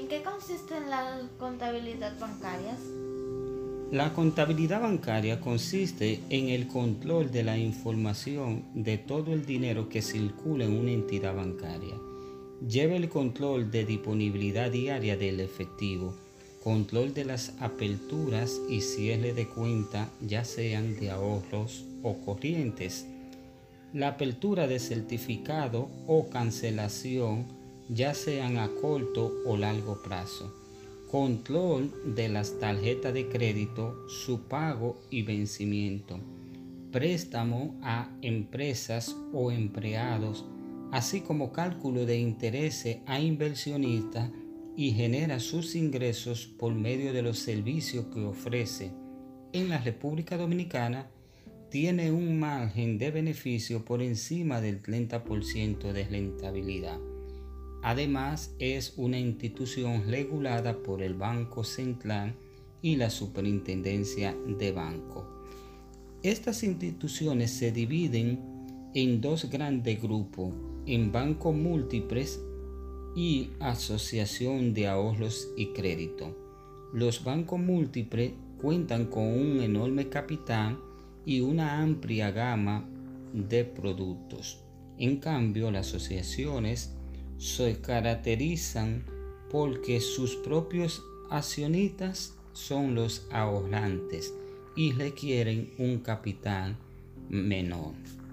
¿En qué consiste la contabilidad bancaria? La contabilidad bancaria consiste en el control de la información de todo el dinero que circula en una entidad bancaria. Lleva el control de disponibilidad diaria del efectivo, control de las aperturas y cierre de cuenta, ya sean de ahorros o corrientes, la apertura de certificado o cancelación, ya sean a corto o largo plazo, control de las tarjetas de crédito, su pago y vencimiento, préstamo a empresas o empleados, así como cálculo de intereses a inversionistas, y genera sus ingresos por medio de los servicios que ofrece. En la República Dominicana tiene un margen de beneficio por encima del 30% de rentabilidad. Además, es una institución regulada por el Banco Central y la Superintendencia de Banco. Estas instituciones se dividen en dos grandes grupos, en bancos múltiples y asociación de ahorros y crédito. Los bancos múltiples cuentan con un enorme capital y una amplia gama de productos. En cambio, las asociaciones se caracterizan porque sus propios accionistas son los ahorrantes y requieren un capital menor.